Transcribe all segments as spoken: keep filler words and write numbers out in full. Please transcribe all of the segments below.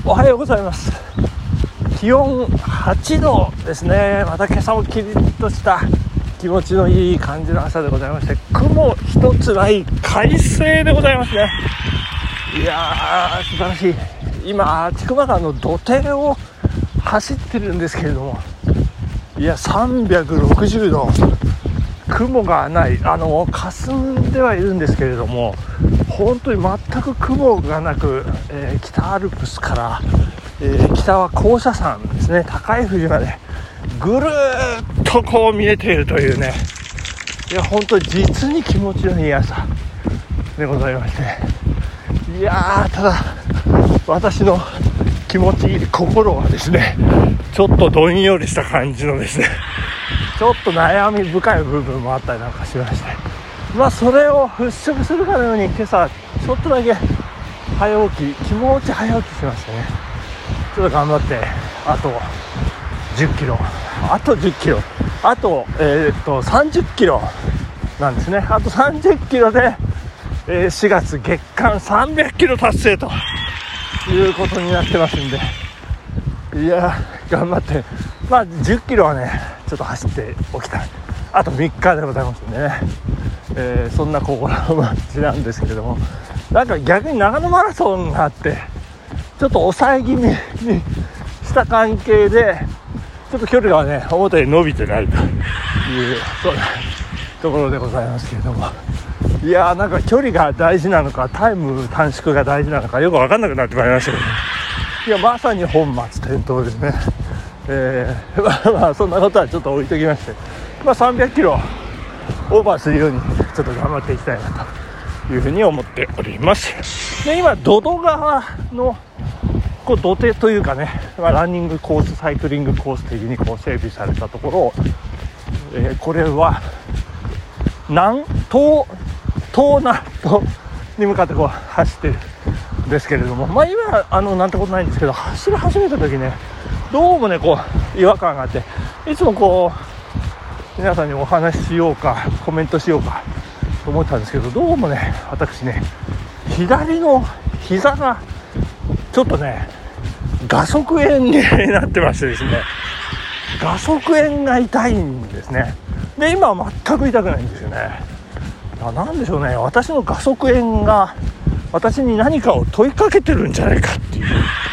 おはようございます。気温はちどですね。また今朝もキリッとした気持ちのいい感じの朝でございまして、雲一つない快晴でございますね。いやー素晴らしい。今千曲川の土手を走ってるんですけれども、いやさんびゃくろくじゅうど雲がない、あの霞んではいるんですけれども、本当に全く雲がなく、えー、北アルプスから、えー、北は高車山ですね、高い富士までぐるーっとこう見えているというね、いや本当に実に気持ちのいい朝でございまして、いやーただ私の気持ちいい心はですね、ちょっとどんよりした感じのですね、ちょっと悩み深い部分もあったりなんかしまして、まあそれを払拭するかのように今朝ちょっとだけ早起き、気持ち早起きしましてね、ちょっと頑張ってあとじゅっキロ、あとじゅっキロ、あとえー、っとさんじゅっキロなんですね。あとさんじゅっキロで、えー、しがつ月間さんびゃくキロ達成ということになってますんで、いや頑張って、まあじゅっキロはねちょっと走っておきたい。あとみっかでございますんでね、えー、そんな心の持ちなんですけれども、なんか逆に長野マラソンがあってちょっと抑え気味にした関係でちょっと距離がね表に伸びてないというそうなところでございますけれども、いやーなんか距離が大事なのかタイム短縮が大事なのかよく分かんなくなってまいりましたけど、いやまさに本末転倒ですね。えー、まあまあそんなことはちょっと置いときまして、まあ、さんびゃくキロオーバーするようにちょっと頑張っていきたいなというふうに思っております。で今ドド川のこう土手というかね、まあ、ランニングコース、サイクリングコース的にこう整備されたところを、えー、これは南東東南東に向かってこう走ってるんですけれども、まあ今あのなんてことないんですけど、走り始めた時ねどうもねこう違和感があって、いつもこう皆さんにお話ししようかコメントしようかと思ったんですけど、どうもね私ね左の膝がちょっとね画側炎になってましてですね、画側炎が痛いんですね。で今は全く痛くないんですよね。なんでしょうね、私の画側炎が私に何かを問いかけてるんじゃないかっていう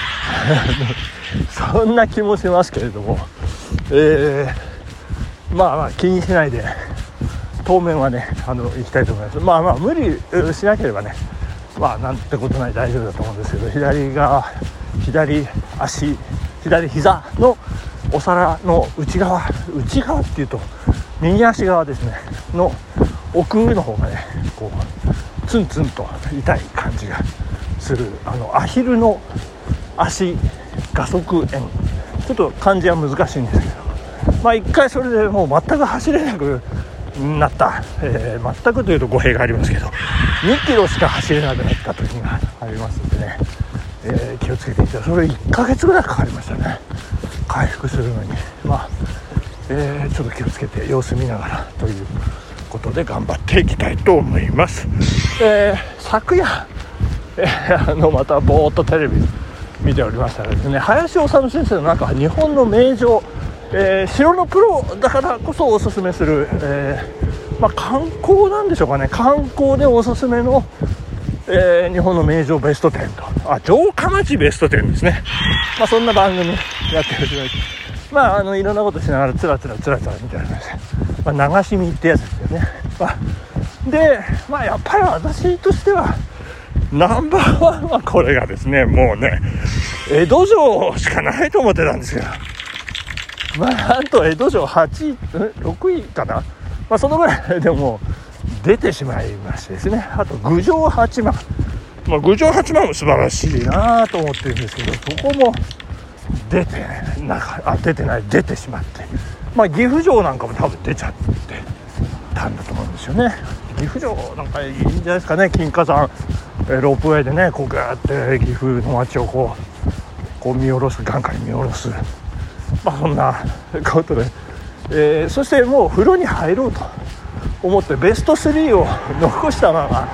そんな気もしますけれども、えー、まあまあ気にしないで当面はねあの行きたいと思います。まあまあ無理しなければね、まあなんてことない大丈夫だと思うんですけど、左側左足左膝のお皿の内側内側っていうと右足側ですねの奥の方がねこうツンツンと痛い感じがする、あのアヒルの足画側炎、ちょっと漢字は難しいんですけど、まあ一回それでもう全く走れなくなった、えー、全くというと語弊がありますけどにキロしか走れなくなった時がありますのでね、えー、気をつけていただいて、それいっかげつぐらいかかりましたね回復するのに。まあ、えー、ちょっと気をつけて様子見ながらということで頑張っていきたいと思います。えー、昨夜、えー、あのまたぼーっとテレビ見ておりましたらですね、林修先生の中日本の名城、えー、城のプロだからこそおすすめする、えーまあ、観光なんでしょうかね、観光でおすすめの、えー、日本の名城ベストじゅうと、あ城下町ベストじゅうですね、まあ、そんな番組やっております。まああのいろんなことしながらつらつらつらつらみたいな感じで、まあ、流し見ってやつですよね。まあ、でまあやっぱり私としてはナンバーワンはこれがですね、もうね江戸城しかないと思ってたんですけど、まあなんと江戸城はちいろくいかな、まあそのぐらいでも出てしまいましてですね、あと郡上八幡、まあ郡上八幡も素晴らしいなと思ってるんですけど、そこも出てなんかあ出てない出てしまって、まあ岐阜城なんかも多分出ちゃってたんだと思うんですよね。岐阜城なんかいいんじゃないですかね、金華山ロープウェイでねこうガーって岐阜の街をこうこう見下ろす、眼下に見下ろす、まあそんなことで、えー、そしてもう風呂に入ろうと思ってベストスリーを残したまま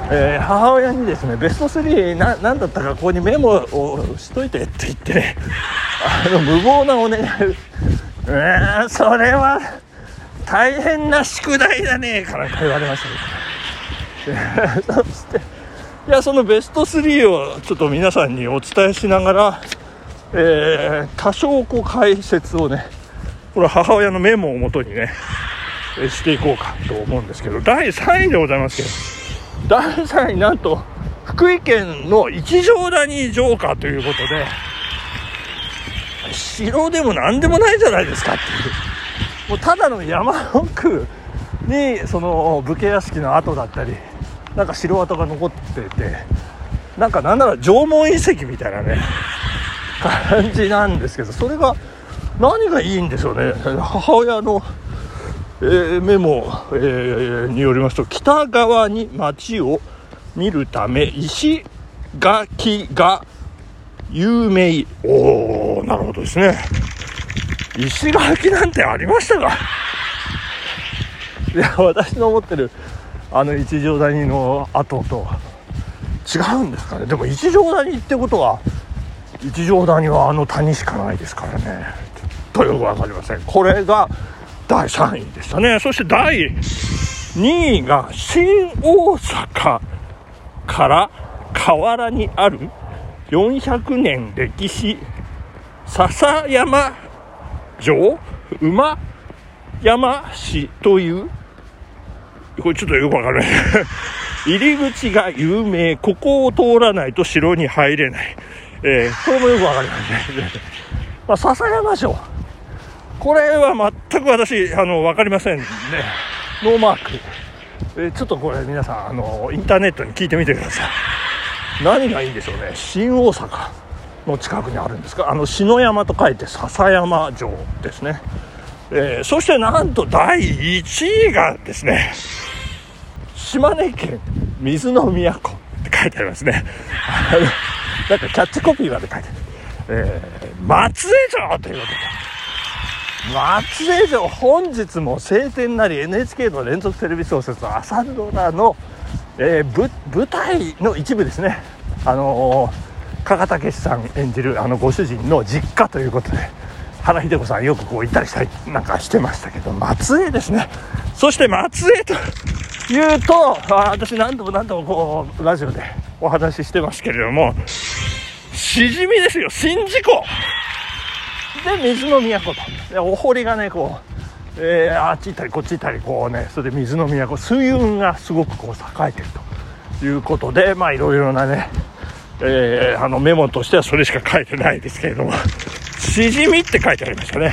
えー、母親にですねベストスリーな何だったかここにメモをしといてって言ってねあの無謀なお願い、うーんそれは大変な宿題だねから言われましたですねそしていやそのベストスリーをちょっと皆さんにお伝えしながら、えー、多少こう解説をねこれ母親のメモをもとにねしていこうかと思うんですけど、だいさんいでございますけど、だいさんいなんと福井県の一乗谷城下ということで、城でも何でもないじゃないですかっていう、もうただの山奥にその武家屋敷の跡だったりなんか城跡が残ってて、なんかなんなら縄文遺跡みたいなね感じなんですけど、それが何がいいんでしょうね。母親の、えー、メモ、えー、によりますと、北側に町を見るため石垣が有名。おー、なるほどですね。石垣なんてありましたか。いや、私の思ってるあの一乗谷の跡と違うんですかね。でも一乗谷ってことは一乗谷はあの谷しかないですからね。ちょっとよくわかりません。これがだいさんいでしたね。そしてだいにいが新大阪から河原にあるよんひゃくねん歴史笹山城馬山市という、これちょっとよくわからない入り口が有名、ここを通らないと城に入れない、えー、これもよくわかりません、まあ、笹山城、これは全く私あの分かりませんね。ノーマーク、えー、ちょっとこれ皆さんあのインターネットに聞いてみてください。何がいいんでしょうね。新大阪の近くにあるんですか。あの篠山と書いて笹山城ですね。えー、そしてなんとだいいちいがですね、島根県水の都って書いてありますね。なんかキャッチコピーまで書いてある、えー、松江城ということで、松江城、本日も晴天なり エヌエイチケー の連続テレビ小説朝ドラの、えー、舞台の一部ですね。あのー、加賀武さん演じるあのご主人の実家ということで、原秀子さんよくこう行ったりしたりなんかしてましたけど、松江ですね。そして松江というと、私何度も何度もこうラジオでお話ししてますけれども、しじみですよ。宍道湖で水の都と、でお堀がねこう、えー、あっち行ったりこっち行ったりこうね、それで水の都、水運がすごくこう栄えてるということで、まあいろいろなね、えー、あのメモとしてはそれしか書いてないですけれども、しじみって書いてありましたね。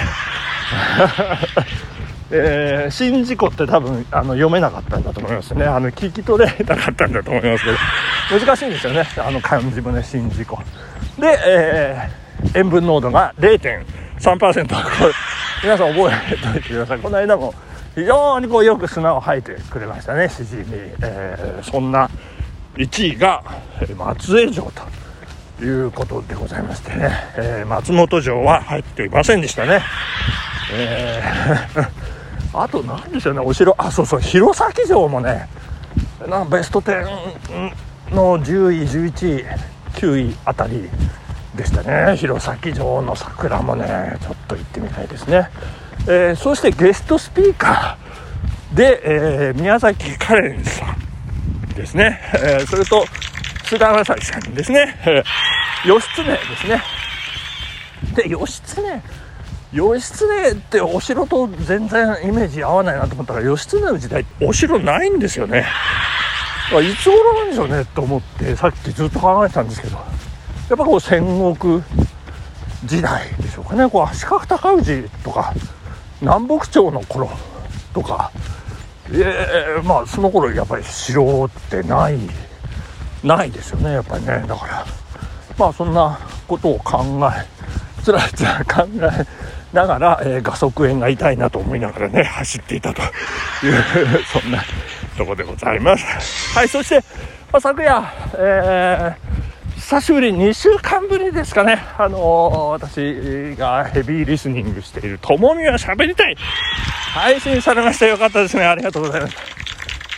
えー、宍道湖って多分あの読めなかったんだと思いますね。あの聞き取れなかったんだと思いますけど、難しいんですよね、あの漢字もね、宍道湖で、えー、塩分濃度が れいてんさんパーセント、 これ皆さん覚えておいてください。この間も非常にこうよく砂を吐いてくれましたね、しじみ。えー、そんないちいが松江城ということでございましてね、えー、松本城は入っていませんでしたね。えー、あと何でしょうね、お城、あ、そうそう、弘前城もね、なんかベストじゅうのじゅうい、じゅういちい、きゅういあたりでしたね。弘前城の桜もね、ちょっと行ってみたいですね。えー、そしてゲストスピーカーで、えー、宮崎カレンさんですね、えー、それと菅田将暉さんですね、えー、義経ですね。で義経義経ってお城と全然イメージ合わないなと思ったら、義経の時代お城ないんですよね。いつ頃なんでしょうねと思ってさっきずっと考えてたんですけど、やっぱこう戦国時代でしょうかね。こう足利尊氏とか南北朝の頃とか、えー、まあその頃やっぱり城ってないないですよね、やっぱりね。だからまあそんなことを考えつらつら考えながら、えー、画側縁が痛いなと思いながらね走っていたというそんなとこでございます。はい、そして、まあ、昨夜、えー、久しぶりにしゅうかんぶりですかね、あのー、私がヘビーリスニングしているともみはしゃべりたい配信されました。よかったですね、ありがとうございます。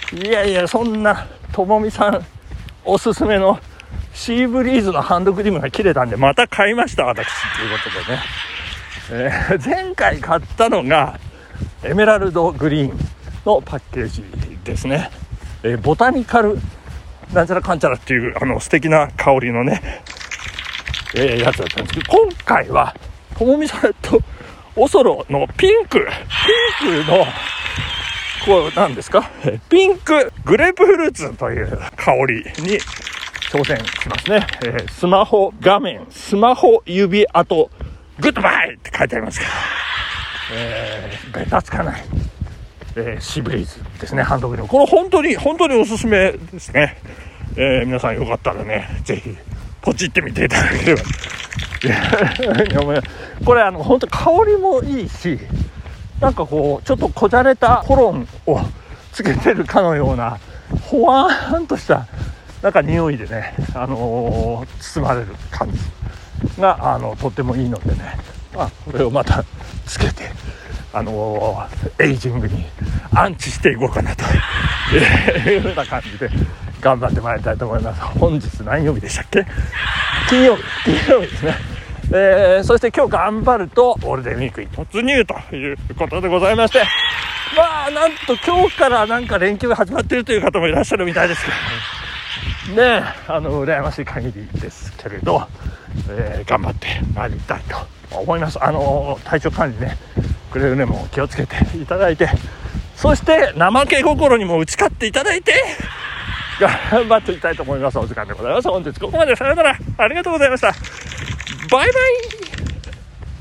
いやいや、そんなともみさんおすすめのシーブリーズのハンドクリームが切れたんでまた買いました私ということでね、えー、前回買ったのがエメラルドグリーンのパッケージですね、えー、ボタニカルなんちゃらかんちゃらっていうあの素敵な香りのね、えー、やつだったんですけど、今回はともみさんとオソロのピンクピンクのこうなんですか、ピンクグレープフルーツという香りに挑戦しますね、えー、スマホ画面スマホ指跡グッドバイって書いてありますから、えー、ベタつかない、えー、シーブリーズですね、ハンドクリーム。これ本当に本当におすすめですね、えー、皆さんよかったらねぜひポチってみていただければこれあの本当香りもいいし、なんかこうちょっとこじゃれたコロンをつけてるかのようなほわーんとしたなんか匂いでね、あのー、包まれる感じがあのとってもいいのでね、まあ、これをまたつけて、あのー、エイジングにアンチしていこうかなというような感じで頑張ってまいりたいと思います。本日何曜日でしたっけ？金曜日金曜日ですね。えー、そして今日頑張るとゴールデンウィークに突入ということでございまして、まあなんと今日からなんか連休が始まっているという方もいらっしゃるみたいですけどね、あの羨ましい限りですけれど、えー、頑張ってまいりたいと思います。あの体調管理ね、くれぐれも気をつけていただいて、そして怠け心にも打ち勝っていただいて頑張っていきたいと思います。お時間でございます。本日ここまで、さよなら、ありがとうございました。バイバイ。